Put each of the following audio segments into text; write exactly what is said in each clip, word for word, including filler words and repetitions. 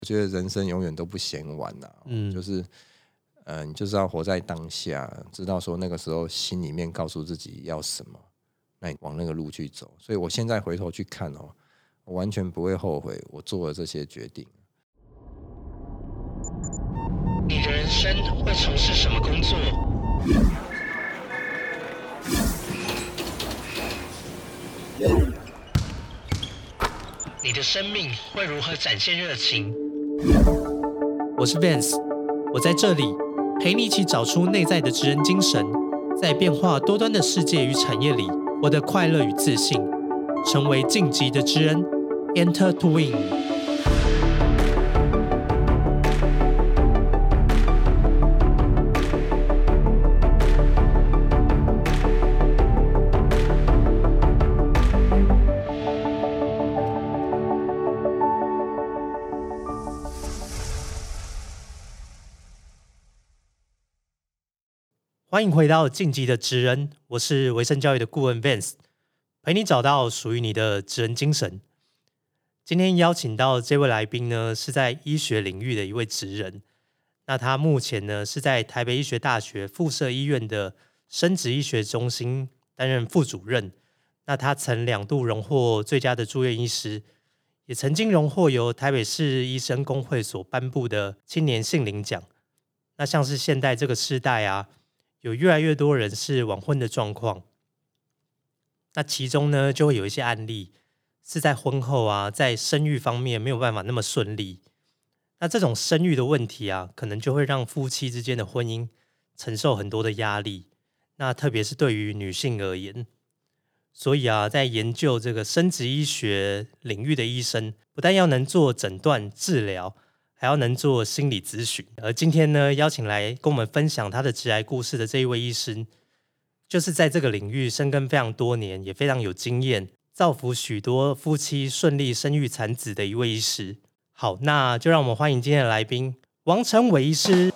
我觉得人生永远都不嫌晚啊，嗯，就是呃，你就是要活在当下，知道说那个时候心里面告诉自己要什么，那你往那个路去走。所以我现在回头去看哦，我完全不会后悔我做了这些决定。 你的人生会从事什么工作？你的生命会如何展现热情？ 我是 Vance， 我在这里陪你一起找出内在的职人精神，在变化多端的世界与产业里，活得快乐与自信，成为晋级的职人 ，Enter to Win。欢迎回到晋级的职人，我是维生教育的顾问 Vance， 陪你找到属于你的职人精神。今天邀请到这位来宾呢，是在医学领域的一位职人。那他目前呢是在台北医学大学附设医院的生殖医学中心担任副主任。那他曾两度荣获最佳的住院医师，也曾经荣获由台北市医生公会所颁布的青年杏林奖。那像是现代这个世代啊，有越来越多人是晚婚的状况，那其中呢就会有一些案例是在婚后啊，在生育方面没有办法那么顺利。那这种生育的问题啊，可能就会让夫妻之间的婚姻承受很多的压力。那特别是对于女性而言，所以啊，在研究这个生殖医学领域的医生，不但要能做诊断治疗，还要能做心理咨询。而今天呢，邀请来跟我们分享他的职涯故事的这一位医师，就是在这个领域深耕非常多年，也非常有经验，造福许多夫妻顺利生育产子的一位医师。好，那就让我们欢迎今天的来宾王成伟医师。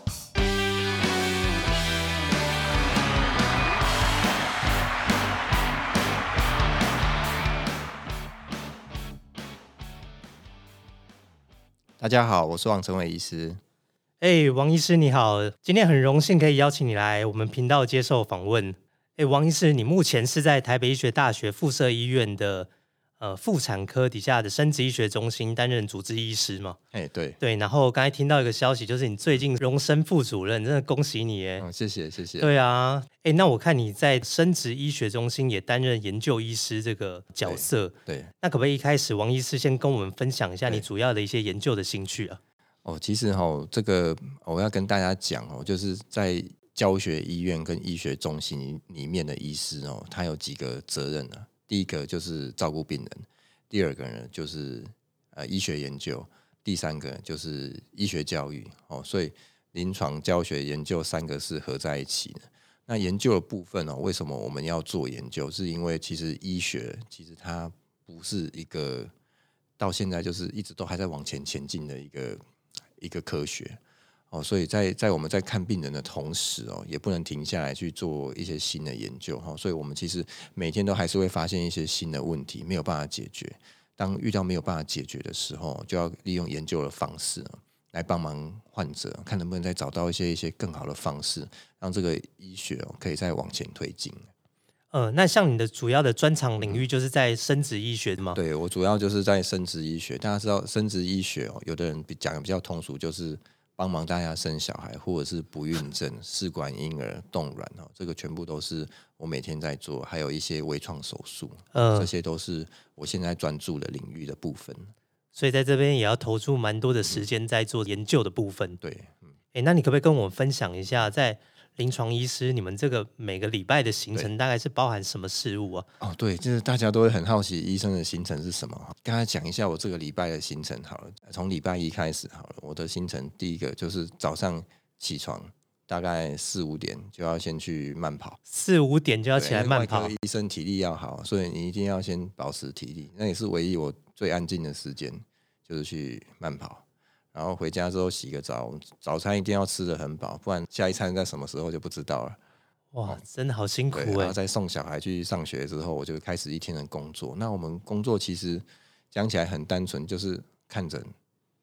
大家好，我是王成伟医师。 哎、欸，王医师你好，今天很荣幸可以邀请你来我们频道接受访问。哎、欸，王医师，你目前是在台北医学大学附设医院的呃妇产科底下的生殖医学中心担任主治医师嘛？ 哎、欸，对对。然后刚才听到一个消息，就是你最近荣升副主任，真的恭喜你哎、 嗯！谢谢谢谢。 对啊，哎、欸，那我看你在生殖医学中心也担任研究医师这个角色， 对。对， 那可不可以一开始王医师先跟我们分享一下你主要的一些研究的兴趣啊？ 哦，其实哈，这个我要跟大家讲哦，就是在教学医院跟医学中心里面的医师哦，他有几个责任啊。第一个就是照顾病人，第二个呢就是呃医学研究，第三个就是医学教育哦。所以临床、教学、研究三个是合在一起的。那研究的部分哦，为什么我们要做研究？是因为其实医学其实它不是一个到现在就是一直都还在往前前进的一个。一个科学哦，所以在在我们在看病人的同时哦，也不能停下来去做一些新的研究哈、哦。所以我们其实每天都还是会发现一些新的问题没有办法解决。当遇到没有办法解决的时候，就要利用研究的方式、哦、来帮忙患者，看能不能再找到一些一些更好的方式，让这个医学、哦、可以再往前推进。 呃，那像你的主要的专长领域就是在生殖医学吗？ 对，我主要就是在生殖医学。大家知道生殖医学哦，有的人讲的比较通俗，就是帮忙大家生小孩，或者是不孕症、试管婴儿、冻卵哦，这个全部都是我每天在做，还有一些微创手术，呃，这些都是我现在专注的领域的部分。 所以在这边也要投注蛮多的时间在做研究的部分。 嗯、对，嗯， 欸，那你可不可以跟我们分享一下，在临床医师你们这个每个礼拜的行程大概是包含什么事务啊？ 哦，对，就是大家都会很好奇医生的行程是什么。刚才讲一下我这个礼拜的行程好了，从礼拜一开始好了，我的行程第一个就是早上起床，大概四五点就要先去慢跑， 四五点就要起来慢跑。 外科医生体力要好，所以你一定要先保持体力，那也是唯一我最安静的时间，就是去慢跑。然后回家之后洗个澡，早餐一定要吃得很饱，不然下一餐在什么时候就不知道了。 哇，真的好辛苦哎！ 然后再送小孩去上学之后，我就开始一天的工作。那我们工作其实讲起来很单纯，就是看诊、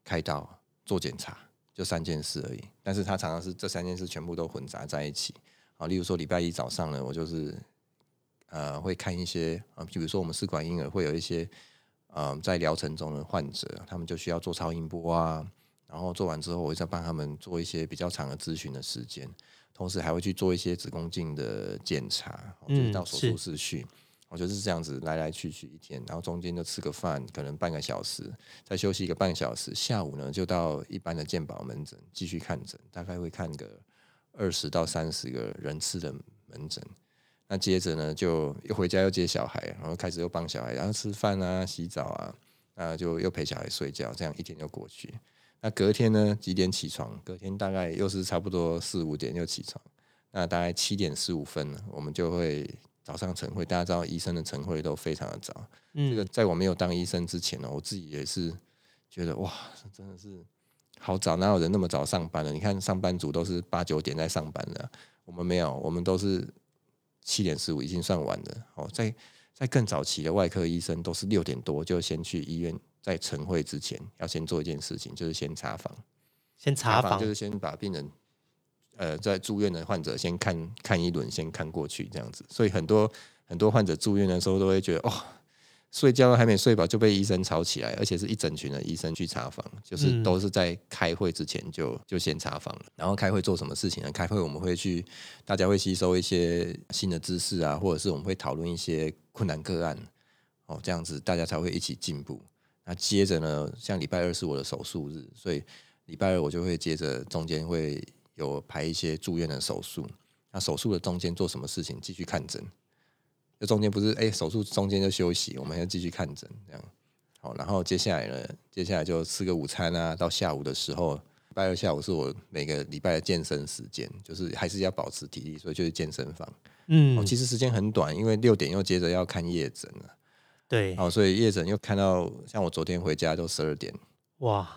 开刀、做检查，就三件事而已。但是他常常是这三件事全部都混杂在一起。啊，例如说礼拜一早上呢，我就是呃会看一些啊，比如说我们试管婴儿会有一些呃在疗程中的患者，他们就需要做超音波啊，然后做完之后，我会再帮他们做一些比较长的咨询的时间，同时还会去做一些子宫镜的检查，就是到手术室去。我就是这样子来来去去一天，然后中间就吃个饭，可能半个小时，再休息一个半小时。下午呢，就到一般的健保门诊继续看诊，大概会看个二十到三十个人次的门诊。那接着呢，就又回家又接小孩，然后开始又帮小孩，然后吃饭啊、洗澡啊，那就又陪小孩睡觉，这样一天就过去。那隔天呢，几点起床？隔天大概又是差不多四五点又起床。那大概七点十五分呢，我们就会早上晨会。大家知道医生的晨会都非常的早，嗯，这个在我没有当医生之前呢，我自己也是觉得哇，真的是好早，哪有人那么早上班呢？你看上班族都是八九点在上班的，我们没有，我们都是七点十五已经算晚了。哦，在在更早期的外科医生都是六点多就先去医院，在晨会之前要先做一件事情，就是先查房。 先查房就是先把病人，呃，在住院的患者先看看一轮，先看过去这样子。所以很多很多患者住院的时候都会觉得，哦，睡觉还没睡饱就被医生吵起来，而且是一整群的医生去查房，就是都是在开会之前就就先查房了。然后开会做什么事情呢？开会我们会去，大家会吸收一些新的知识啊，或者是我们会讨论一些困难个案，哦，这样子大家才会一起进步。那接着呢，像礼拜二是我的手术日，所以礼拜二我就会接着中间会有排一些住院的手术。那手术的中间做什么事情？继续看诊。就中间不是哎，手术中间就休息，我们要继续看诊这样。好，然后接下来呢，接下来就吃个午餐啊。到下午的时候，礼拜二下午是我每个礼拜的健身时间，就是还是要保持体力，所以就是健身房。嗯，哦，其实时间很短，因为六点又接着要看夜诊了。 对， 哦，所以夜诊又看到，像我昨天回家都十二点，哇，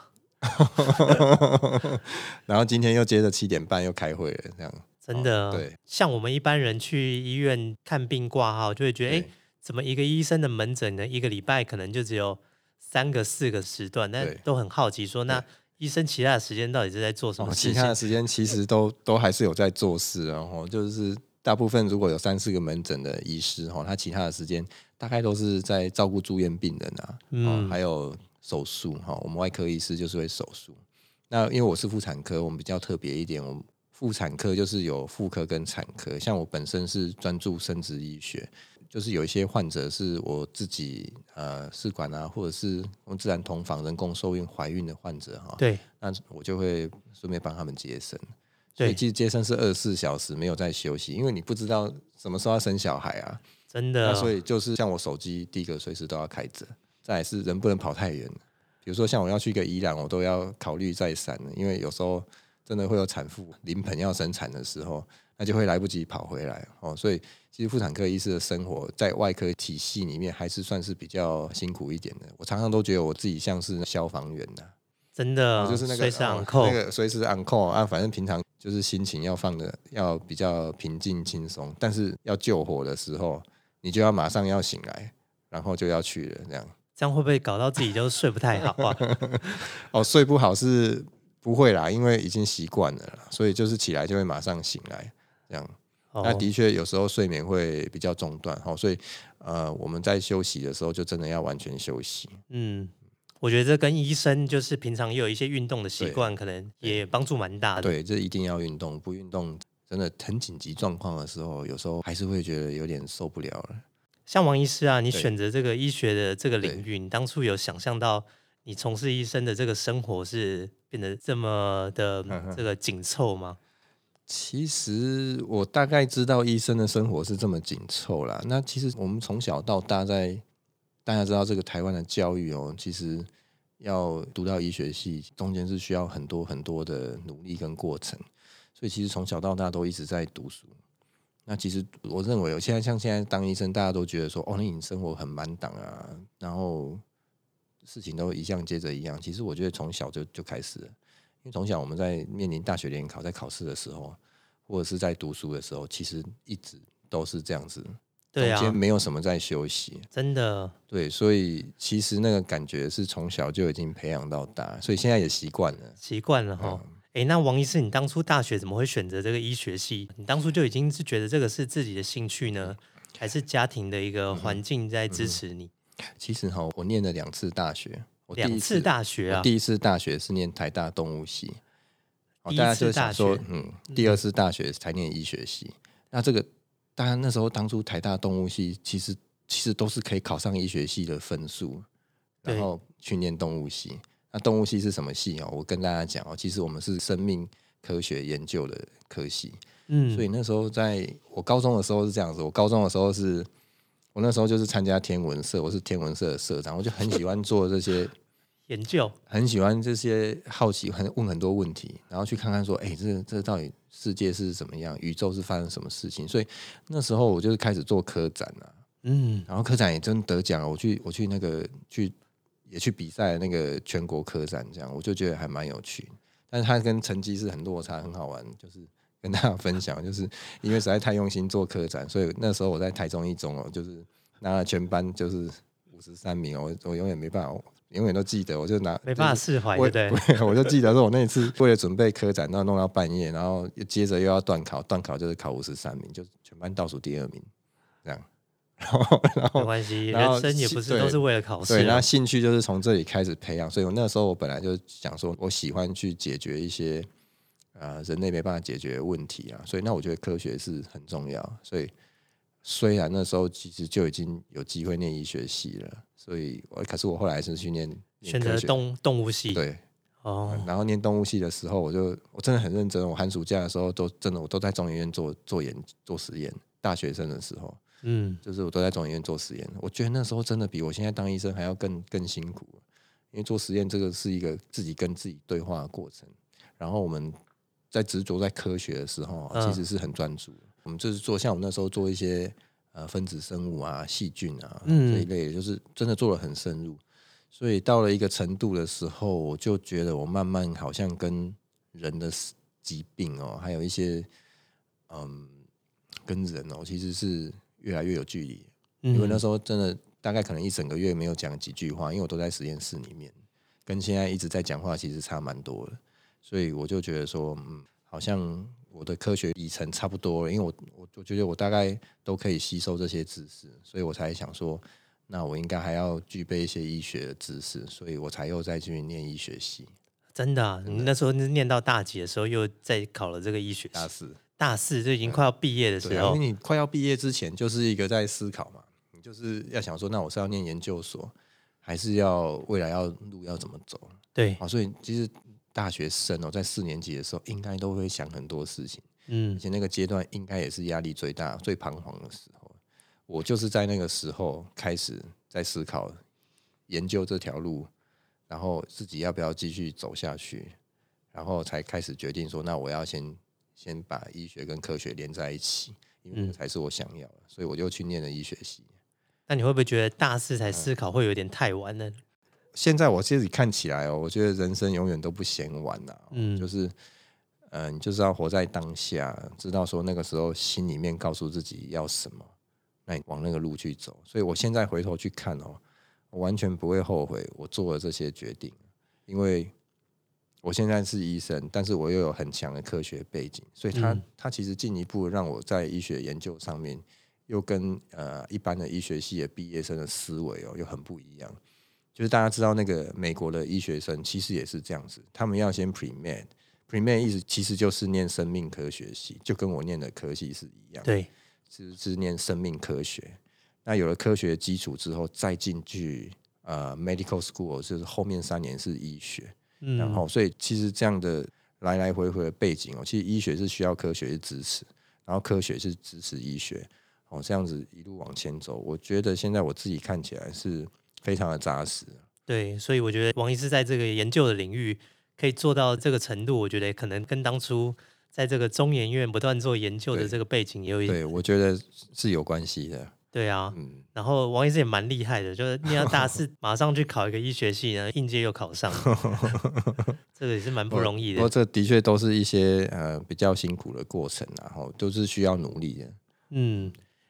然后今天又接着七点半又开会了，这样真的，哦，对。像我们一般人去医院看病挂号，就会觉得，哎，怎么一个医生的门诊呢？一个礼拜可能就只有三个、四个时段，但都很好奇说，那医生其他的时间到底是在做什么事情？ 哦，其他的时间其实都都还是有在做事，然后就是大部分如果有三四个门诊的医师，他其他的时间大概都是在照顾住院病人啊，嗯，还有手术。我们外科医师就是会手术。那因为我是妇产科，我们比较特别一点，我们妇产科就是有妇科跟产科。像我本身是专注生殖医学，就是有一些患者是我自己呃试管啊，或者是用自然同房人工受孕怀孕的患者哈， 对， 那我就会顺便帮他们接生。所以其实接生是二十四小时没有在休息，因为你不知道什么时候要生小孩啊， 真的，哦。 那所以就是像我手机第一个随时都要开着，再来是人不能跑太远。比如说像我要去一个宜兰，我都要考虑再三，因为有时候真的会有产妇临盆要生产的时候，那就会来不及跑回来哦。所以其实妇产科医师的生活在外科体系里面还是算是比较辛苦一点的。我常常都觉得我自己像是消防员呐、啊。 真的，哦，就是那个随时 on call， 哦，那个随时 on call 啊，反正平常就是心情要放的要比较平静轻松，但是要救火的时候，你就要马上要醒来，然后就要去了，这样。 这样会不会搞到自己就睡不太好啊？ 哦，睡不好是不会啦，因为已经习惯了啦，所以就是起来就会马上醒来，这样。哦，那的确有时候睡眠会比较中断，哦，所以呃我们在休息的时候就真的要完全休息。 嗯。我觉得这跟医生就是平常也有一些运动的习惯，可能也帮助蛮大的。 对，这一定要运动，不运动真的很紧急状况的时候，有时候还是会觉得有点受不了了。 像王医师啊，你选择这个医学的这个领域，你当初有想象到你从事医生的这个生活是变得这么的这个紧凑吗？ 其实我大概知道医生的生活是这么紧凑啦。那其实我们从小到大在。大家知道这个台湾的教育哦，其实要读到医学系，中间是需要很多很多的努力跟过程，所以其实从小到大都一直在读书。那其实我认为，现在像现在当医生，大家都觉得说，哦，那你生活很满档啊，然后事情都一样接着一样。其实我觉得从小就就开始了，因为从小我们在面临大学联考，在考试的时候，或者是在读书的时候，其实一直都是这样子。 对啊， 中间没有什么在休息， 真的。 对，所以其实那个感觉是从小就已经培养到大，所以现在也习惯了。 习惯了哈。哎、嗯，那王医师，你当初大学怎么会选择这个医学系？你当初就已经是觉得这个是自己的兴趣呢，还是家庭的一个环境在支持你？ 嗯、其实哈，我念了两次大学，我第一次两次大学啊， 我第一次大学是念台大动物系， 第一次大学， 嗯，第二次大学才念医学系。嗯、那这个大家那时候当初台大动物系其实其实都是可以考上医学系的分数，然后去念动物系。那动物系是什么系哦？我跟大家讲哦，其实我们是生命科学研究的科系。嗯，所以那时候在我高中的时候是这样子，我高中的时候是，我那时候就是参加天文社，我是天文社的社长，我就很喜欢做这些研究， 很喜欢这些好奇，很问很多问题，然后去看看说，哎、欸，这这到底世界是怎么样，宇宙是发生什么事情？所以那时候我就是开始做科展啊，嗯，然后科展也真得奖了，我去我去那个去。也去比赛那个全国科展，这样我就觉得还蛮有趣，但是它跟成绩是很落差，很好玩，就是跟大家分享，就是因为实在太用心做科展，所以那时候我在台中一中哦，就是拿了全班就是五十三名，我我永远没办法，永远都记得，我就拿没办法释怀，对不对？我就记得说我那一次为了准备科展，然后弄到半夜，然后接着又要段考，段考就是考五十三名，就是全班倒数第二名，这样。然后，然后没关系，人生也不是都是为了考试。 对，那兴趣就是从这里开始培养。所以我那时候我本来就想说，我喜欢去解决一些呃人类没办法解决的问题啊。所以那我觉得科学是很重要。所以虽然那时候其实就已经有机会念医学系了，所以我可是我后来还是去念选择动动物系。 对，哦、嗯，然后念动物系的时候，我就我真的很认真。我寒暑假的时候都真的我都在中研院做做研做实验。大学生的时候。嗯，就是我都在中研院做实验，我觉得那时候真的比我现在当医生还要更更辛苦，因为做实验这个是一个自己跟自己对话的过程，然后我们在执着在科学的时候，其实是很专注。嗯、我们就是做像我们那时候做一些呃分子生物啊、细菌啊、嗯、这一类的，就是真的做得很深入。所以到了一个程度的时候，我就觉得我慢慢好像跟人的疾病哦，还有一些嗯跟人哦，其实是。越来越有距离，因为那时候真的大概可能一整个月没有讲几句话，因为我都在实验室里面，跟现在一直在讲话其实差蛮多的，所以我就觉得说，嗯，好像我的科学里程差不多了，因为我我我觉得我大概都可以吸收这些知识，所以我才想说，那我应该还要具备一些医学的知识，所以我才又再去念医学系。 真的、啊，你那时候念到大几的时候，又再考了这个医学系， 大四。 大四就已经快要毕业的时候、 嗯啊，因为你快要毕业之前就是一个在思考嘛，你就是要想说，那我是要念研究所，还是要未来要路要怎么走？ 对， 啊，所以其实大学生哦，在四年级的时候，应该都会想很多事情，嗯，而且那个阶段应该也是压力最大、最彷徨的时候。我就是在那个时候开始在思考研究这条路，然后自己要不要继续走下去，然后才开始决定说，那我要先。先把医学跟科学连在一起，因为那才是我想要的，嗯、所以我就去念了医学系。 那你会不会觉得大四才思考会有点太晚呢？嗯、 现在我自己看起来哦，我觉得人生永远都不嫌晚呐、啊。嗯，就是嗯、呃，你就是要活在当下，知道说那个时候心里面告诉自己要什么，那你往那个路去走。所以我现在回头去看哦，我完全不会后悔我做了这些决定，因为。我现在是医生，但是我又有很强的科学背景，所以他、嗯、他其实进一步让我在医学研究上面又跟呃一般的医学系的毕业生的思维哦又很不一样。就是大家知道那个美国的医学生其实也是这样子，他们要先 pre-med，pre-med 意思其实就是念生命科学系，就跟我念的科系是一样， 对， 是是念生命科学。那有了科学基础之后，再进去呃 medical school， 就是后面三年是医学。嗯、然后，所以其实这样的来来回回的背景哦，其实医学是需要科学去支持，然后科学是支持医学，哦，这样子一路往前走，我觉得现在我自己看起来是非常的扎实。 对，所以我觉得王医师在这个研究的领域可以做到这个程度，我觉得可能跟当初在这个中研院不断做研究的这个背景也有一对，我觉得是有关系的。 对啊，嗯，然后王医师也蛮厉害的，就是念到大四马上去考一个医学系呢，应届又考上这个也是蛮不容易的。 不过这的确都是一些呃比较辛苦的过程啊，然后都是需要努力的。 嗯，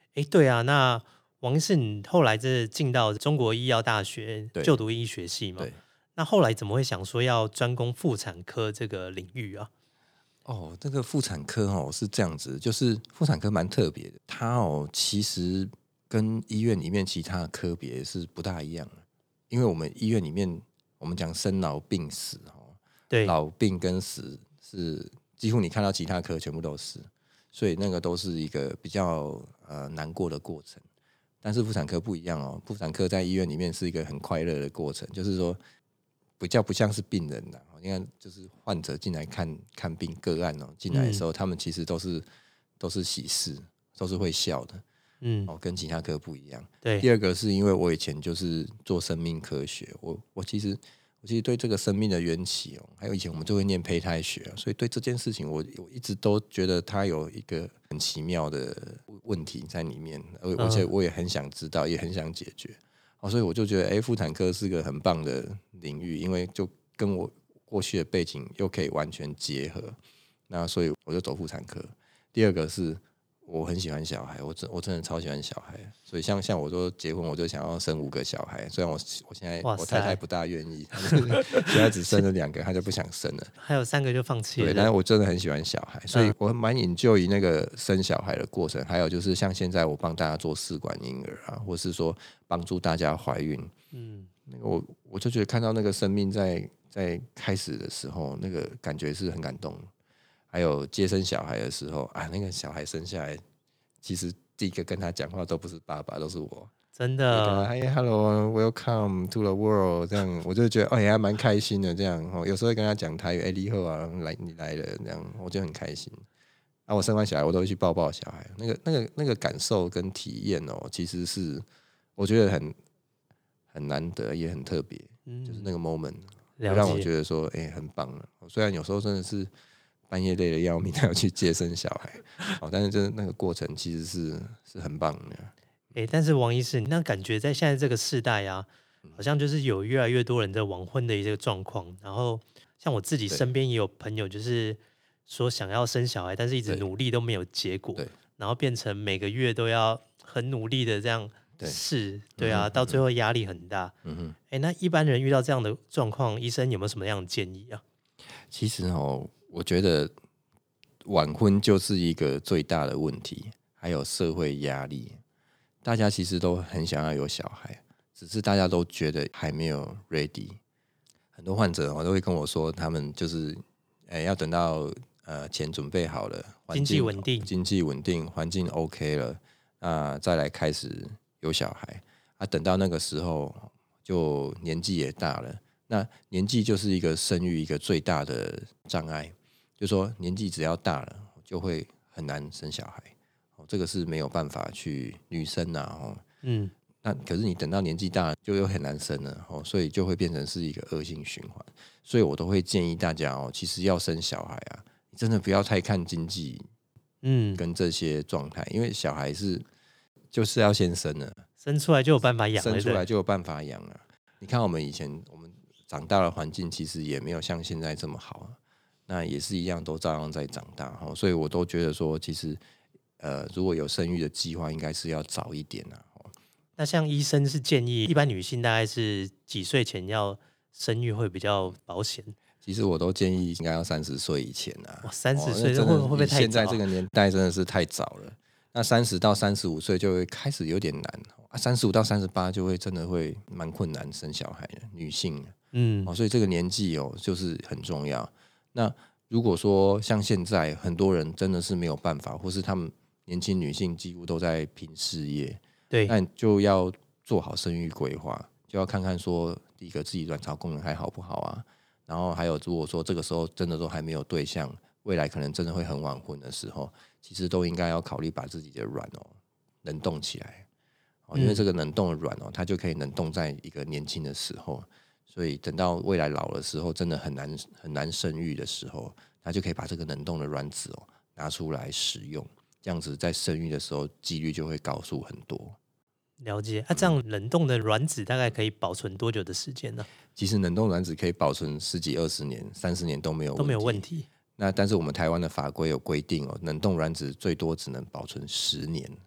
哎，对啊，那王医师，你后来是进到中国医药大学就读医学系嘛？ 对。 那后来怎么会想说要专攻妇产科这个领域啊？ 哦，这个妇产科哦是这样子，就是妇产科蛮特别的，它哦其实跟医院里面其他的科别是不大一样的，因为我们医院里面我们讲生老病死哦， 对， 老病跟死是几乎你看到其他科全部都是，所以那个都是一个比较呃难过的过程。但是妇产科不一样哦，妇产科在医院里面是一个很快乐的过程，就是说比较不像是病人啦，你看就是患者进来看看病个案哦，进来的时候、嗯、他们其实都是都是喜事，都是会笑的，嗯，哦，跟其他科不一样。 对， 第二个是因为我以前就是做生命科学，我我其实我其实对这个生命的缘起哦，还有以前我们就会念胚胎学、啊，所以对这件事情我我一直都觉得它有一个很奇妙的问题在里面，而且我也很想知道，也很想解决。哦、所以我就觉得，哎，妇产科是个很棒的领域，因为就跟我过去的背景又可以完全结合，那所以我就走妇产科。第二个是我很喜欢小孩，我真我真的超喜欢小孩，所以像像我说结婚，我就想要生五个小孩，虽然我我现在我太太不大愿意，现在只生了两个，她就不想生了， 还有三个就放弃了。 对，但是我真的很喜欢小孩，所以我蛮enjoy于那个生小孩的过程，还有就是像现在我帮大家做试管婴儿啊，或是说帮助大家怀孕，嗯，那个我我就觉得看到那个生命在在开始的时候，那个感觉是很感动。还有接生小孩的时候啊，那个小孩生下来，其实第一个跟他讲话都不是爸爸，都是我。 真的， 哎 ，Hello, welcome to the world， 这样我就觉得哦，也还蛮开心的。这样哦，有时候会跟他讲台语，哎，你好啊，来你来了，这样我就很开心。啊，我生完小孩，我都会去抱抱小孩，那个那个那个感受跟体验哦，其实是我觉得很很难得，也很特别，嗯、就是那个 moment， 让我觉得说，哎、欸，很棒了。虽然有时候真的是半夜累得要命，还要去接生小孩，哦，但是就是那个过程其实是是很棒的。 哎、欸，但是王医师，那感觉在现在这个世代啊，好像就是有越来越多人在晚婚的一个状况。然后像我自己身边也有朋友，就是说想要生小孩，但是一直努力都没有结果，然后变成每个月都要很努力的这样试，对, 对啊、嗯，到最后压力很大。嗯哼，哎、欸，那一般人遇到这样的状况，医生有没有什么样的建议啊？ 其实哦，我觉得晚婚就是一个最大的问题，还有社会压力。大家其实都很想要有小孩，只是大家都觉得还没有 ready。很多患者、哦、都会跟我说，他们就是，欸、要等到呃钱准备好了， 经济稳定， 经济稳定，环境 OK 了，那再来开始有小孩。啊，等到那个时候，就年纪也大了。那年纪就是一个生育一个最大的障碍，就是说年纪只要大了，就会很难生小孩。这个是没有办法去女生啊，哦，嗯，那可是你等到年纪大就又很难生了，哦，所以就会变成是一个恶性循环。所以我都会建议大家哦，其实要生小孩啊，真的不要太看经济，嗯，跟这些状态，因为小孩是就是要先生了， 生出来就有办法养， 生出来就有办法养了。你看我们以前我们长大的环境其实也没有像现在这么好，那也是一样都照样在长大，所以我都觉得说其实。呃，如果有生育的计划，应该是要早一点啊。 那像医生是建议，一般女性大概是几岁前要生育会比较保险？ 其实我都建议应该要三十岁以前啊。 哇，三十岁会会不会太早？ 现在这个年代真的是太早了。那三十到三十五岁就会开始有点难啊，三十五到三十八就会真的会蛮困难生小孩的女性。嗯，哦，所以这个年纪哦就是很重要。那如果说像现在很多人真的是没有办法，或是他们年轻女性几乎都在拼事业， 对， 那就要做好生育规划，就要看看说，第一个自己卵巢功能还好不好啊，然后还有如果说这个时候真的都还没有对象，未来可能真的会很晚婚的时候，其实都应该要考虑把自己的卵哦冷冻起来，哦，因为这个冷冻的卵哦，它就可以冷冻在一个年轻的时候，所以等到未来老的时候，真的很难很难生育的时候，它就可以把这个冷冻的卵子哦拿出来使用。这样子在生育的时候几率就会高出很多。 了解，那、啊、这样冷冻的卵子大概可以保存多久的时间呢？ 其实冷冻卵子可以保存十几二十年三十年都没有问题都没有问题。 那但是我们台湾的法规有规定哦，冷冻卵子最多只能保存十年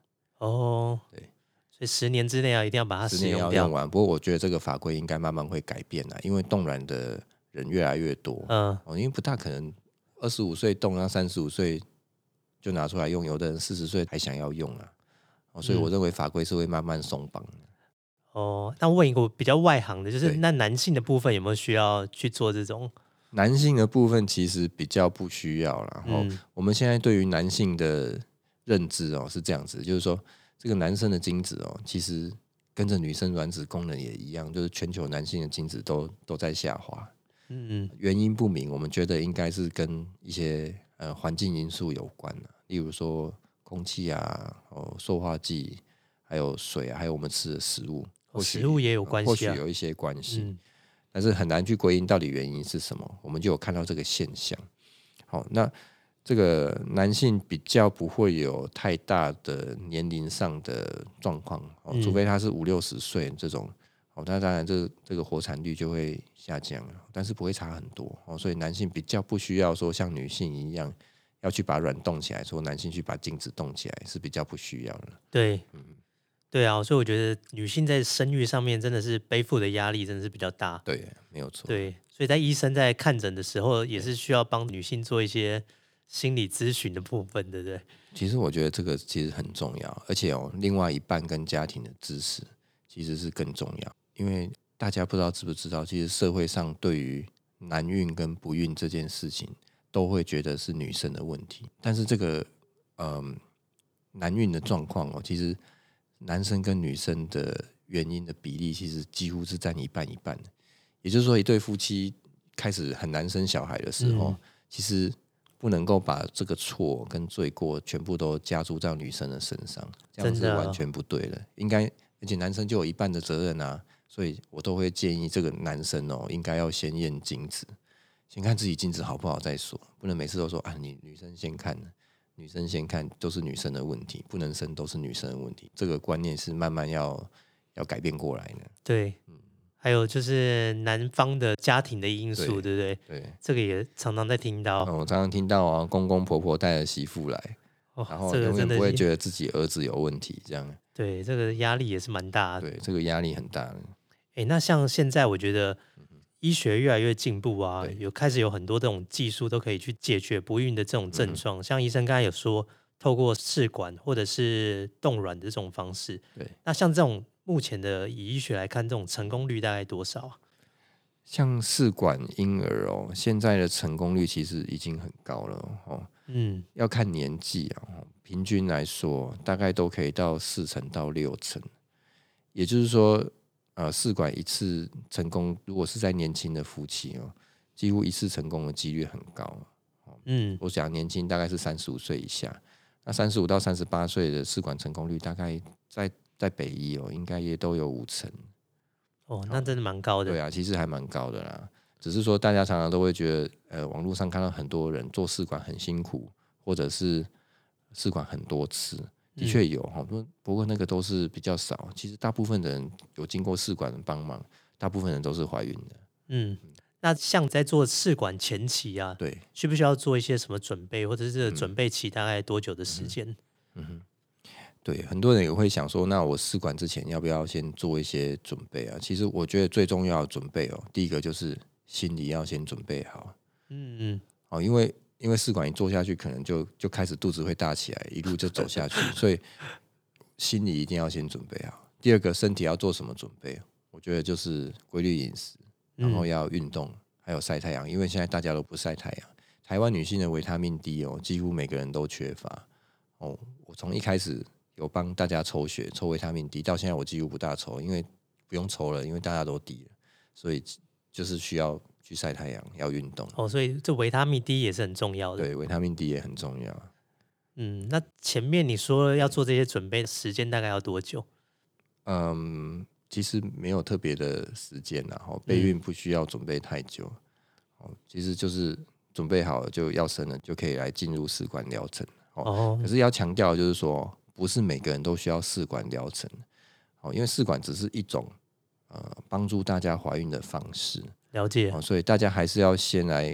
哦， 对， 所以十年之内啊，一定要把它十年使用掉。 要用完。不过我觉得这个法规应该慢慢会改变啦，因为冻卵的人越来越多， 嗯哦，因为不大可能二十五岁冻，然后三十五岁就拿出来用，有的人四十岁还想要用啊，哦，所以我嗯， 认为法规是会慢慢松绑的。 哦，那问一个比较外行的，就是对， 那男性的部分有没有需要去做这种？ 男性的部分其实比较不需要啦，然后嗯我们现在对于男性的认知哦是这样子，就是说这个男生的精子哦，其实跟着女生卵子功能也一样，就是全球男性的精子都都在下滑， 嗯原因不明，我们觉得应该是跟一些呃环境因素有关的，例如说空气啊、哦塑化剂，还有水啊，还有我们吃的食物， 哦， 或许食物也有呃关系啊。 或许有一些关系。 嗯但是很难去归因到底原因是什么，我们就有看到这个现象。好，那这个男性比较不会有太大的年龄上的状况，哦， 嗯除非他是五六十岁这种，哦，那当然这这个活产率就会下降了，但是不会差很多哦，所以男性比较不需要说像女性一样要去把卵冻起来，说男性去把精子冻起来是比较不需要的。 对， 嗯对啊，所以我觉得女性在生育上面真的是背负的压力真的是比较大。 对，没有错。 对，所以在医生在看诊的时候，也对是需要帮女性做一些心理咨询的部分，对不对？ 其实我觉得这个其实很重要，而且哦，另外一半跟家庭的支持其实是更重要，因为大家不知道知不知道，其实社会上对于难孕跟不孕这件事情，都会觉得是女生的问题，但是这个嗯难孕的状况哦，其实男生跟女生的原因的比例其实几乎是占一半一半的，也就是说，一对夫妻开始很难生小孩的时候， 嗯其实不能够把这个错跟罪过全部都加诸在女生的身上，这样真的是完全不对的。应该，而且男生就有一半的责任啊，所以我都会建议这个男生哦，应该要先验精子，先看自己精子好不好再说，不能每次都说啊，你女生先看，女生先看都是女生的问题，不能生都是女生的问题。这个观念是慢慢要要改变过来的。 对，还有就是男方的家庭的因素，对不对？ 对， 这个也常常在听到。 嗯我常常听到啊，公公婆婆带着媳妇来，然哦，这个后永远真的是不会觉得自己儿子有问题，这样对，这个压力也是蛮大的。 对这个压力很大的。 诶，那像现在我觉得医学越来越进步啊， 对有开始有很多这种技术都可以去解决不孕的这种嗯症状。像医生刚才有说，透过试管或者是冻卵的这种方式。 对， 那像这种目前的以医学来看，这种成功率大概多少啊？ 像试管婴儿哦，现在的成功率其实已经很高了哦。 嗯， 要看年纪啊，哦平均来说大概都可以到四成到六成。也就是说，呃，试管一次成功，如果是在年轻的夫妻哦，几乎一次成功的几率很高。 嗯， 我讲年轻大概是三十五岁以下，那三十五到三十八岁的试管成功率大概在在北医哦，应该也都有五成。 哦，那真的蛮高的。 对啊，其实还蛮高的啦。只是说大家常常都会觉得，呃，网络上看到很多人做试管很辛苦，或者是试管很多次，的确有哈。不、不过那个都是比较少。其实大部分的人有经过试管的帮忙，大部分人都是怀孕的。 嗯，那像在做试管前期啊， 对， 需不需要做一些什么准备，或者是这个嗯准备期大概多久的时间？ 对，很多人也会想说，那我试管之前要不要先做一些准备啊？其实我觉得最重要的准备哦，第一个就是心理要先准备好嗯嗯， 哦，因为因为试管一做下去，可能就就开始肚子会大起来，一路就走下去，所以心理一定要先准备好。第二个，身体要做什么准备？我觉得就是规律饮食，然后要运动，还有晒太阳，因为现在大家都不晒太阳。台湾女性的维他命 D 哦，几乎每个人都缺乏哦。我从一开始有帮大家抽血抽维他命 D， 到现在我几乎不大抽，因为不用抽了，因为大家都低了，所以就是需要去晒太阳，要运动。 哦，所以这维他命 D 也是很重要的。 对，维他命 D 也很重要。 嗯，那前面你说要做这些准备的时间大概要多久？ 嗯，其实没有特别的时间啦，哈，备孕不需要准备太久，哦，其实就是准备好了就要生了，就可以来进入试管疗程。哦，可是要强调就是说，不是每个人都需要试管疗程，哦，因为试管只是一种呃帮助大家怀孕的方式， 了解。 哦，所以大家还是要先来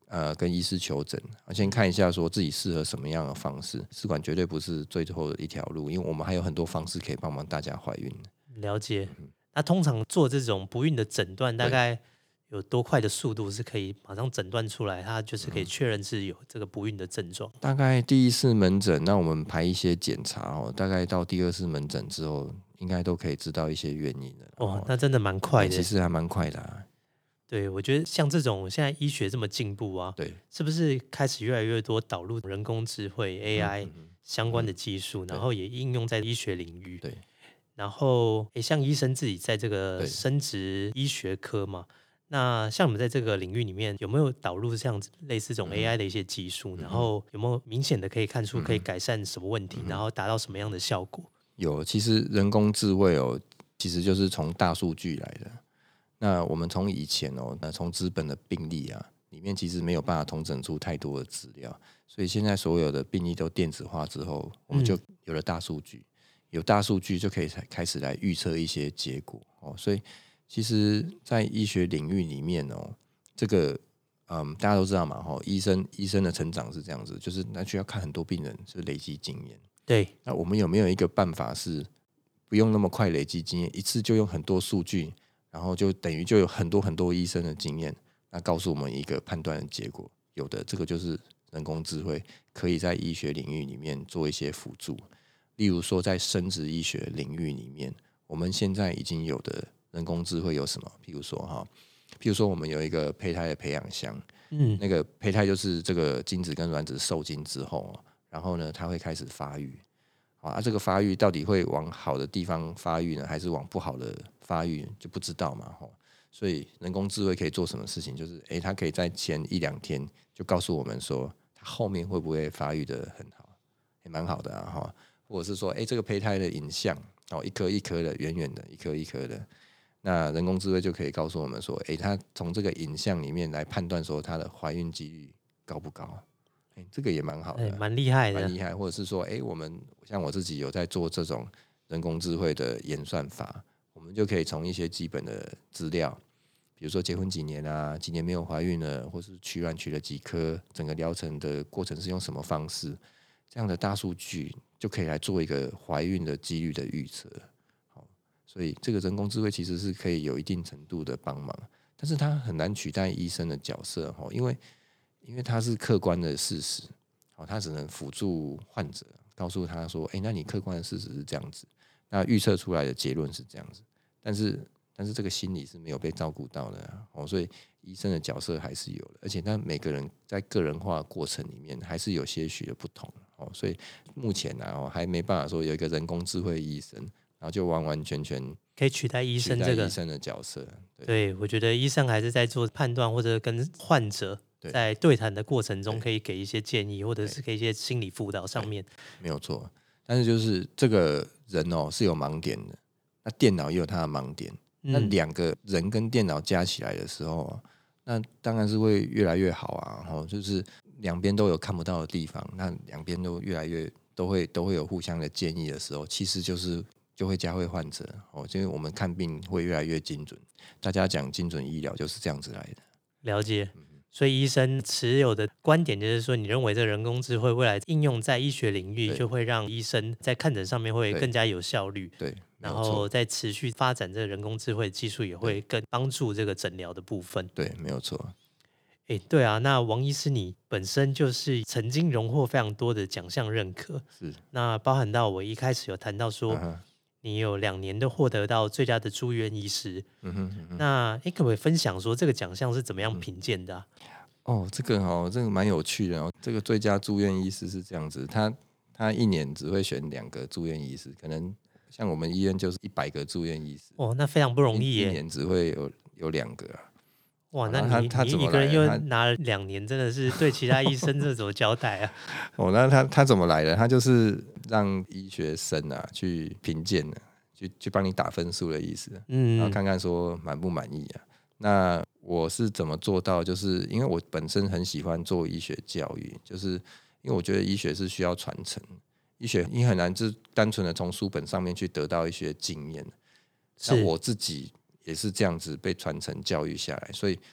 呃跟医师求诊，先看一下说自己适合什么样的方式。试管绝对不是最后的一条路，因为我们还有很多方式可以帮忙大家怀孕。 了解。那通常做这种不孕的诊断，大概有多快的速度是可以马上诊断出来，它就是可以确认是有这个不孕的症状？ 大概第一次门诊，那我们排一些检查哦，大概到第二次门诊之后，应该都可以知道一些原因了。 哦，那真的蛮快的。 其实还蛮快的啊。 对，我觉得像这种现在医学这么进步啊， 对， 是不是开始越来越多导入人工智慧 A I 嗯嗯相关的技术， 嗯、 然后也应用在医学领域？ 对。 然后，诶，像医生自己在这个生殖医学科嘛，那像我们在这个领域里面，有没有导入这样子类似这种 A I 的一些技术？嗯、然后有没有明显的可以看出可以改善什么问题，嗯、然后达到什么样的效果？ 有，其实人工智慧哦，其实就是从大数据来的。那我们从以前哦，那从资本的病例啊里面，其实没有办法统整出太多的资料，所以现在所有的病例都电子化之后，我们就有了大数据。嗯，有大数据就可以开始来预测一些结果哦，所以其实，在医学领域里面哦，这个嗯，大家都知道嘛，哈，医生医生的成长是这样子，就是他需要看很多病人，是累积经验。 对， 那我们有没有一个办法是不用那么快累积经验，一次就用很多数据，然后就等于就有很多很多医生的经验，那告诉我们一个判断的结果？有的，这个就是人工智慧可以在医学领域里面做一些辅助。例如说，在生殖医学领域里面，我们现在已经有的人工智慧有什么？譬如说哈，譬如说我们有一个胚胎的培养箱，嗯，那个胚胎就是这个精子跟卵子受精之后，然后呢，它会开始发育，啊，这个发育到底会往好的地方发育呢，还是往不好的发育就不知道嘛，所以人工智慧可以做什么事情？就是，哎，它可以在前一两天就告诉我们说，它后面会不会发育得很好，也蛮好的啊，哈。或者是说，哎，这个胚胎的影像，哦，一颗一颗的，远远的，一颗一颗的，那人工智慧就可以告诉我们说，哎，它从这个影像里面来判断说它的怀孕几率高不高？哎，这个也蛮好的， 蛮厉害的， 蛮厉害。或者是说，哎，我们像我自己有在做这种人工智慧的演算法，我们就可以从一些基本的资料，比如说结婚几年啊，几年没有怀孕了，或是取卵取了几颗，整个疗程的过程是用什么方式，这样的大数据就可以来做一个怀孕的几率的预测。好，所以这个人工智慧其实是可以有一定程度的帮忙，但是它很难取代医生的角色，因为因为它是客观的事实，它只能辅助患者，告诉他说，哎，那你客观的事实是这样子，那预测出来的结论是这样子，但是但是这个心理是没有被照顾到的，哦，所以医生的角色还是有的，而且他每个人在个人化的过程里面还是有些许的不同，哦，所以目前呢、啊、还没办法说有一个人工智慧医生，然后就完完全全可以取代医生这个医生的角色。对， 对，我觉得医生还是在做判断，或者跟患者在对谈的过程中可以给一些建议，或者是给一些心理辅导上面， 没有错。但是就是这个人哦是有盲点的，那电脑也有他的盲点。那两个人跟电脑加起来的时候，那当然是会越来越好啊。然后就是两边都有看不到的地方，那两边都越来越都会都会有互相的建议的时候，其实就是就会教会患者哦，因为我们看病会越来越精准。大家讲精准医疗就是这样子来的。 了解。所以医生持有的观点就是说，你认为这个人工智慧未来应用在医学领域，就会让医生在看诊上面会更加有效率。 对， 然后在持续发展这个人工智慧技术，也会更帮助这个诊疗的部分。 对，没有错。 哎，对啊，那王医师你本身就是曾经荣获非常多的奖项认可， 是那包含到我一开始有谈到说，嗯、你有两年都获得到最佳的住院医师。嗯哼嗯哼，那你可不可以分享说这个奖项是怎么样评鉴的、啊嗯？哦，这个哦，这个蛮有趣的哦。这个最佳住院医师是这样子，他他一年只会选两个住院医师，可能像我们医院就是一百个住院医师。 哦，那非常不容易耶， 一年只会有有两个啊。 哇，那你他他你一个人又拿了两年，真的是对其他医生这怎么交代啊？ 哦，那他他怎么来的？他就是让医学生啊去评鉴的，去去帮你打分数的意思。嗯，然后看看说满不满意啊。那我是怎么做到？就是因为我本身很喜欢做医学教育，就是因为我觉得医学是需要传承，医学你很难就单纯的从书本上面去得到一些经验。那我自己也是这样子被传承教育下来，所以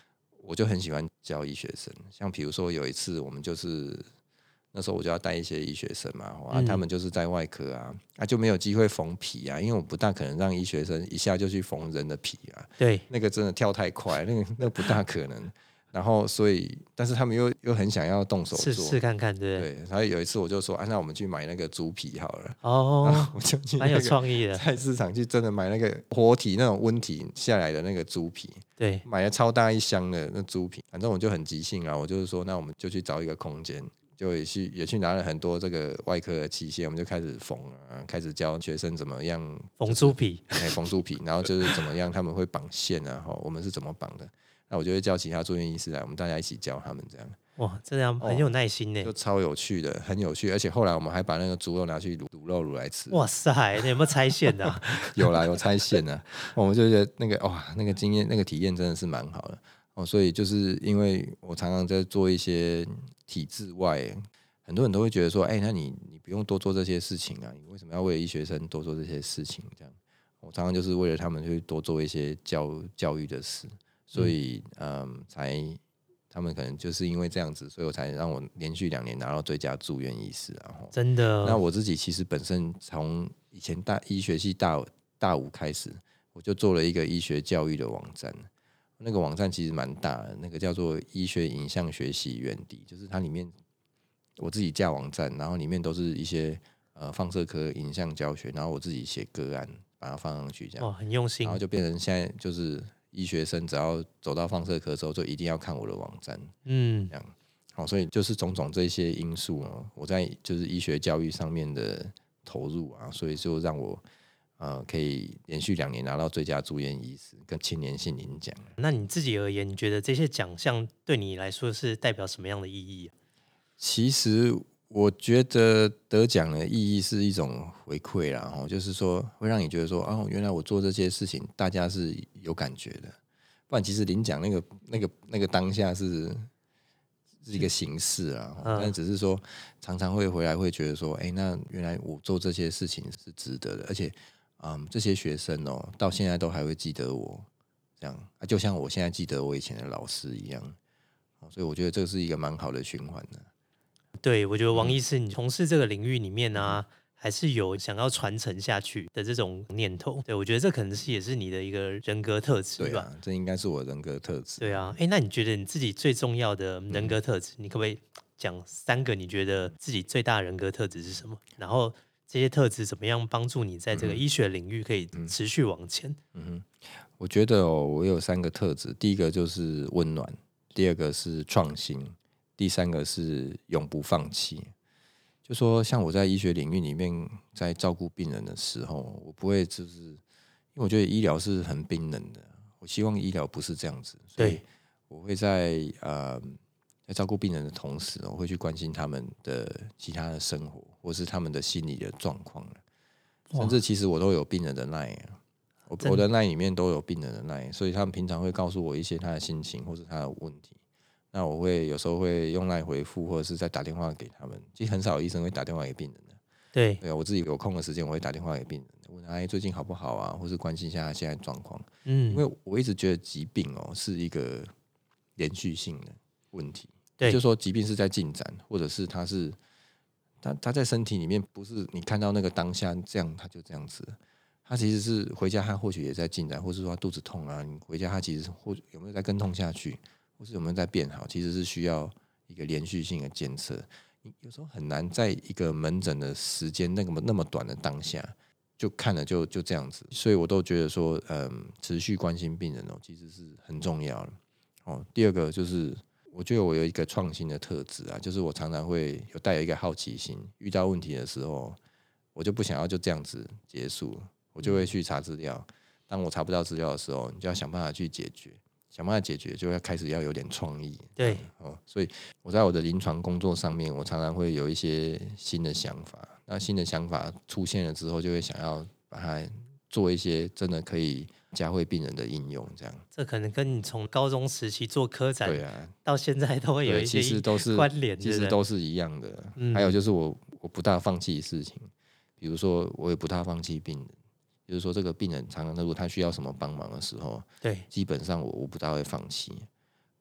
我就很喜欢教医学生，像比如说有一次我们就是那时候我就要带一些医学生嘛，啊，他们就是在外科啊，啊就没有机会缝皮啊，因为我不大可能让医学生一下就去缝人的皮啊， 对， 那个真的跳太快，那个那个不大可能。然后所以，但是他们又又很想要动手做， 试试看看，对不对？ 对。然后有一次我就说，啊，那我们去买那个猪皮好了。 哦， 然后我就去蛮有创意的， 菜市场去真的买那个活体那种温体下来的那个猪皮， 对， 买了超大一箱的那猪皮。反正我就很即兴啊，我就是说，那我们就去找一个空间，就也去也去拿了很多这个外科的器械，我们就开始缝啊，开始教学生怎么样缝猪皮， 哎，缝猪皮，然后就是怎么样他们会绑线啊，我们是怎么绑的。那我就会叫其他住院医师来，我们大家一起教他们这样。 哇，这样很有耐心呢、 哦，就超有趣的，很有趣。而且后来我们还把那个猪肉拿去卤卤肉卤来吃。 哇塞，你有没有拆线的、啊？ 有啦，有拆线的。我们就觉得那个哇，那个经验、那个体验真的是蛮好的哦。所以就是因为我常常在做一些体制外，很多人都会觉得说，哎、欸，那你你不用多做这些事情啊，你为什么要为了医学生多做这些事情？这样，我常常就是为了他们去多做一些教教育的事。所以，嗯，嗯，才他们可能就是因为这样子，所以我才让我连续两年拿到最佳住院医师啊。 真的。 那我自己其实本身从以前大医学系大大五开始，我就做了一个医学教育的网站。那个网站其实蛮大的，那个叫做医学影像学习园地，就是它里面我自己架网站，然后里面都是一些呃放射科影像教学，然后我自己写个案把它放上去，这样。 哇，很用心。 然后就变成现在就是医学生只要走到放射科之后，就一定要看我的网站，嗯，这样。好，所以就是种种这些因素呢，我在就是医学教育上面的投入啊，所以就让我呃可以连续两年拿到最佳住院医师跟青年杏林奖。 那你自己而言，你觉得这些奖项对你来说是代表什么样的意义啊？ 其实我觉得得奖的意义是一种回馈啦，就是说会让你觉得说，哦，原来我做这些事情大家是有感觉的，不然其实领奖那个那个那个当下是是一个形式啊，嗯，但只是说常常会回来会觉得说，哎，那原来我做这些事情是值得的，而且，嗯，这些学生哦到现在都还会记得我，这样啊，就像我现在记得我以前的老师一样，所以我觉得这是一个蛮好的循环的。 对，我觉得王医师，你从事这个领域里面啊，嗯，还是有想要传承下去的这种念头。对，我觉得这可能是也是你的一个人格特质吧。 对啊，这应该是我人格特质。 对啊，哎，那你觉得你自己最重要的人格特质，嗯，你可不可以讲三个你觉得自己最大的人格特质是什么？然后这些特质怎么样帮助你在这个医学领域可以持续往前？ 嗯哼，我觉得哦，我有三个特质，第一个就是温暖，第二个是创新。第三个是永不放弃，就说像我在医学领域里面，在照顾病人的时候，我不会就是，因为我觉得医疗是很冰冷的，我希望医疗不是这样子，所以我会在呃在照顾病人的同时，我会去关心他们的其他的生活，或是他们的心理的状况，甚至其实我都有病人的 line， 我我的 line 里面都有病人的 line， 所以他们平常会告诉我一些他的心情或是他的问题。那我会有时候会用来回复，或者是再打电话给他们。其实很少有医生会打电话给病人的。 对， 对啊，我自己有空的时间，我会打电话给病人，问他哎最近好不好啊，或是关心一下他现在状况。嗯，因为我一直觉得疾病哦是一个连续性的问题，对，就是说疾病是在进展，或者是他是他他在身体里面不是你看到那个当下这样他就这样子，他其实是回家他或许也在进展，或是说他肚子痛啊，你回家他其实或有没有在跟痛下去。或是有没有在变好，其实是需要一个连续性的监测。你有时候很难在一个门诊的时间那么那么短的当下就看了就就这样子，所以我都觉得说，嗯，持续关心病人哦，其实是很重要的哦。第二个就是，我觉得我有一个创新的特质啊，就是我常常会有带有一个好奇心，遇到问题的时候，我就不想要就这样子结束，我就会去查资料。当我查不到资料的时候，你就要想办法去解决。想办法解决，就要开始要有点创意。 对， 哦，所以我在我的临床工作上面，我常常会有一些新的想法。那新的想法出现了之后，就会想要把它做一些真的可以嘉惠病人的应用。这样， 这可能跟你从高中时期做科展， 对啊， 到现在都会有一些其实都是关联， 其实都是一样的。嗯、还有就是我我不大放弃的事情，比如说我也不大放弃病人。就是说，这个病人常常如果他需要什么帮忙的时候，对，基本上我我不大会放弃。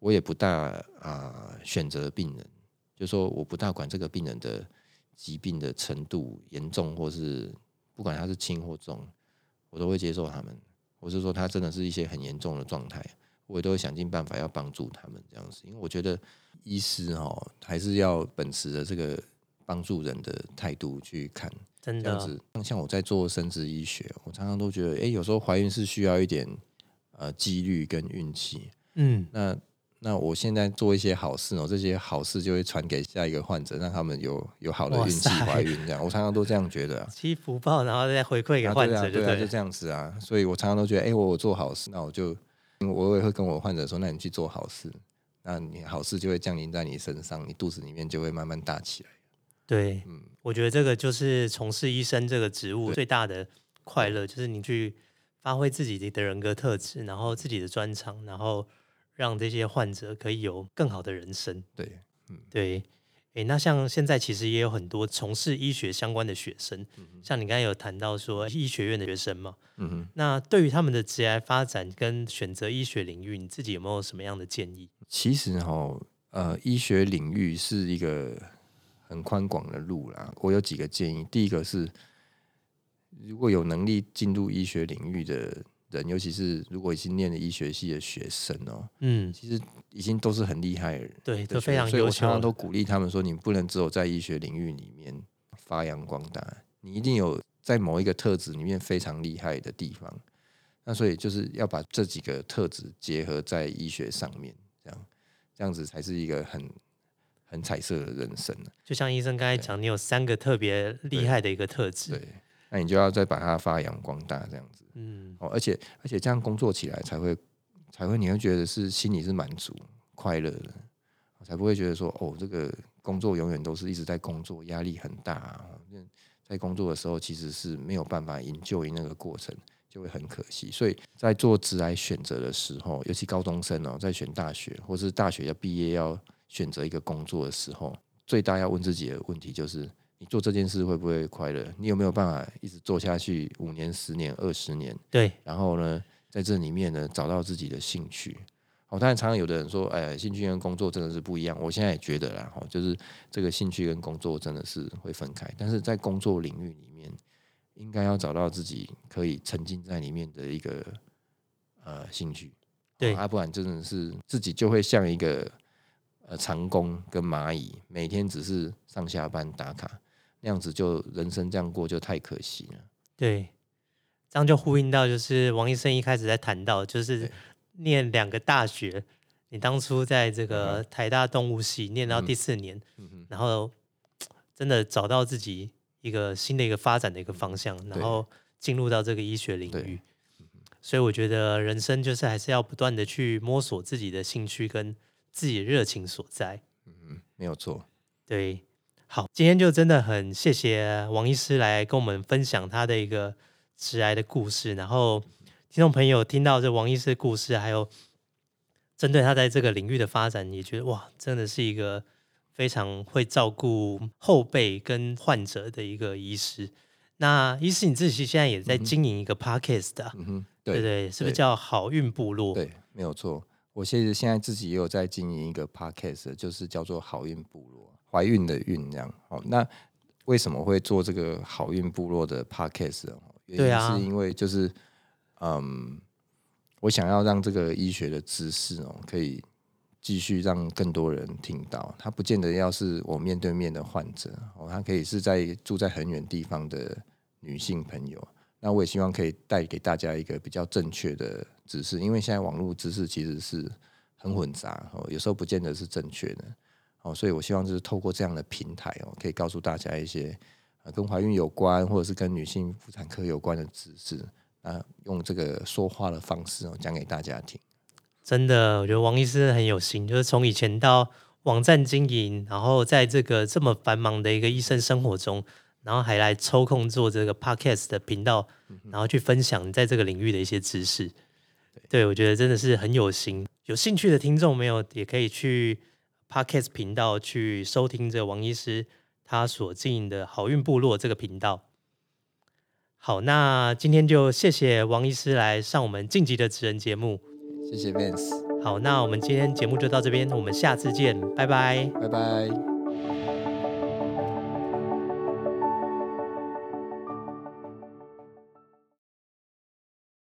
我也不大啊、呃、选择病人，就说我不大管这个病人的疾病的程度严重，或是不管他是轻或重，我都会接受他们。我是说他真的是一些很严重的状态，我也都会想尽办法要帮助他们这样子。因为我觉得医师哦还是要本持着这个帮助人的态度去看。 真的这样子，像我在做生殖医学，我常常都觉得，哎、欸，有时候怀孕是需要一点呃几率跟运气。嗯，那那我现在做一些好事哦，这些好事就会传给下一个患者，让他们有有好的运气怀孕。这样，我常常都这样觉得、啊。 积福报，然后再回馈给患者， 啊对啊，对啊，就这样子啊。所以我常常都觉得，哎、欸，我有做好事，那我就我也会跟我患者说，那你去做好事，那你好事就会降临在你身上，你肚子里面就会慢慢大起来。 对，嗯，我觉得这个就是从事医生这个职务最大的快乐，就是你去发挥自己的人格特质，然后自己的专长，然后让这些患者可以有更好的人生。 对，嗯， 对，诶，那像现在其实也有很多从事医学相关的学生，嗯、像你刚才有谈到说医学院的学生嘛，嗯哼，那对于他们的职业发展跟选择医学领域，你自己有没有什么样的建议？ 其实哈，呃，医学领域是一个很宽广的路啦，我有几个建议。第一个是，如果有能力进入医学领域的人，尤其是如果已经念了医学系的学生哦，嗯，其实已经都是很厉害的人， 对，都非常优秀。 所以我常常都鼓励他们说，你不能只有在医学领域里面发扬光大，你一定有在某一个特质里面非常厉害的地方。那所以就是要把这几个特质结合在医学上面，这样这样子才是一个很很彩色的人生。 就像医生刚才讲，你有三个特别厉害的一个特质， 对，那你就要再把它发扬光大，这样子。嗯，哦，而且而且这样工作起来才会才会，你会觉得是心里是满足、快乐的，才不会觉得说哦，这个工作永远都是一直在工作，压力很大、啊。在工作的时候，其实是没有办法enjoy那个过程。就会很可惜，所以在做职涯选择的时候，尤其高中生哦，在选大学或是大学要毕业要选择一个工作的时候，最大要问自己的问题就是：你做这件事会不会快乐？你有没有办法一直做下去五年、十年、二十年？ 对。 然后呢，在这里面呢，找到自己的兴趣。好，当然常常有的人说：“哎，兴趣跟工作真的是不一样。”我现在也觉得啦，就是这个兴趣跟工作真的是会分开，但是在工作领域里面。应该要找到自己可以沉浸在里面的一个呃兴趣， 对， 啊，不然真的是自己就会像一个呃长工跟蚂蚁，每天只是上下班打卡，那样子就人生这样过就太可惜了。 对，这样就呼应到就是王医生一开始在谈到，就是念两个大学，你当初在这个台大动物系念到第四年，嗯、然后真的找到自己。一个新的一个发展的一个方向，然后进入到这个医学领域，所以我觉得人生就是还是要不断的去摸索自己的兴趣跟自己的热情所在。 嗯，没有错。 对，好，今天就真的很谢谢王医师来跟我们分享他的一个职涯的故事，然后听众朋友听到这王医师的故事，还有针对他在这个领域的发展，也觉得哇，真的是一个。非常会照顾后辈跟患者的一个医师。那医师你自己现在也在经营一个 podcast 啊，嗯哼，对 对, 对，是不是叫好运部落？ 对，没有错。我其实现在自己也有在经营一个 podcast， 就是叫做好运部落，怀孕的孕这样。好，那为什么会做这个好运部落的 podcast？ 原因是因为就是、啊、嗯，我想要让这个医学的知识哦，可以。继续让更多人听到，他不见得要是我面对面的患者，他可以是在住在很远地方的女性朋友。那我也希望可以带给大家一个比较正确的知识，因为现在网络知识其实是很混杂，有时候不见得是正确的，所以我希望就是透过这样的平台，可以告诉大家一些跟怀孕有关或者是跟女性妇产科有关的知识，用这个说话的方式讲给大家听。 真的，我觉得王医师很有心，就是从以前到网站经营，然后在这个这么繁忙的一个医生生活中，然后还来抽空做这个 podcast 的频道，然后去分享在这个领域的一些知识。对，我觉得真的是很有心。有兴趣的听众没有，也可以去 podcast 频道去收听这个王医师他所经营的好运部落这个频道。好，那今天就谢谢王医师来上我们晋级的职人节目。 谢谢 Vance。 好，那我们今天节目就到这边，我们下次见，拜拜。 拜拜。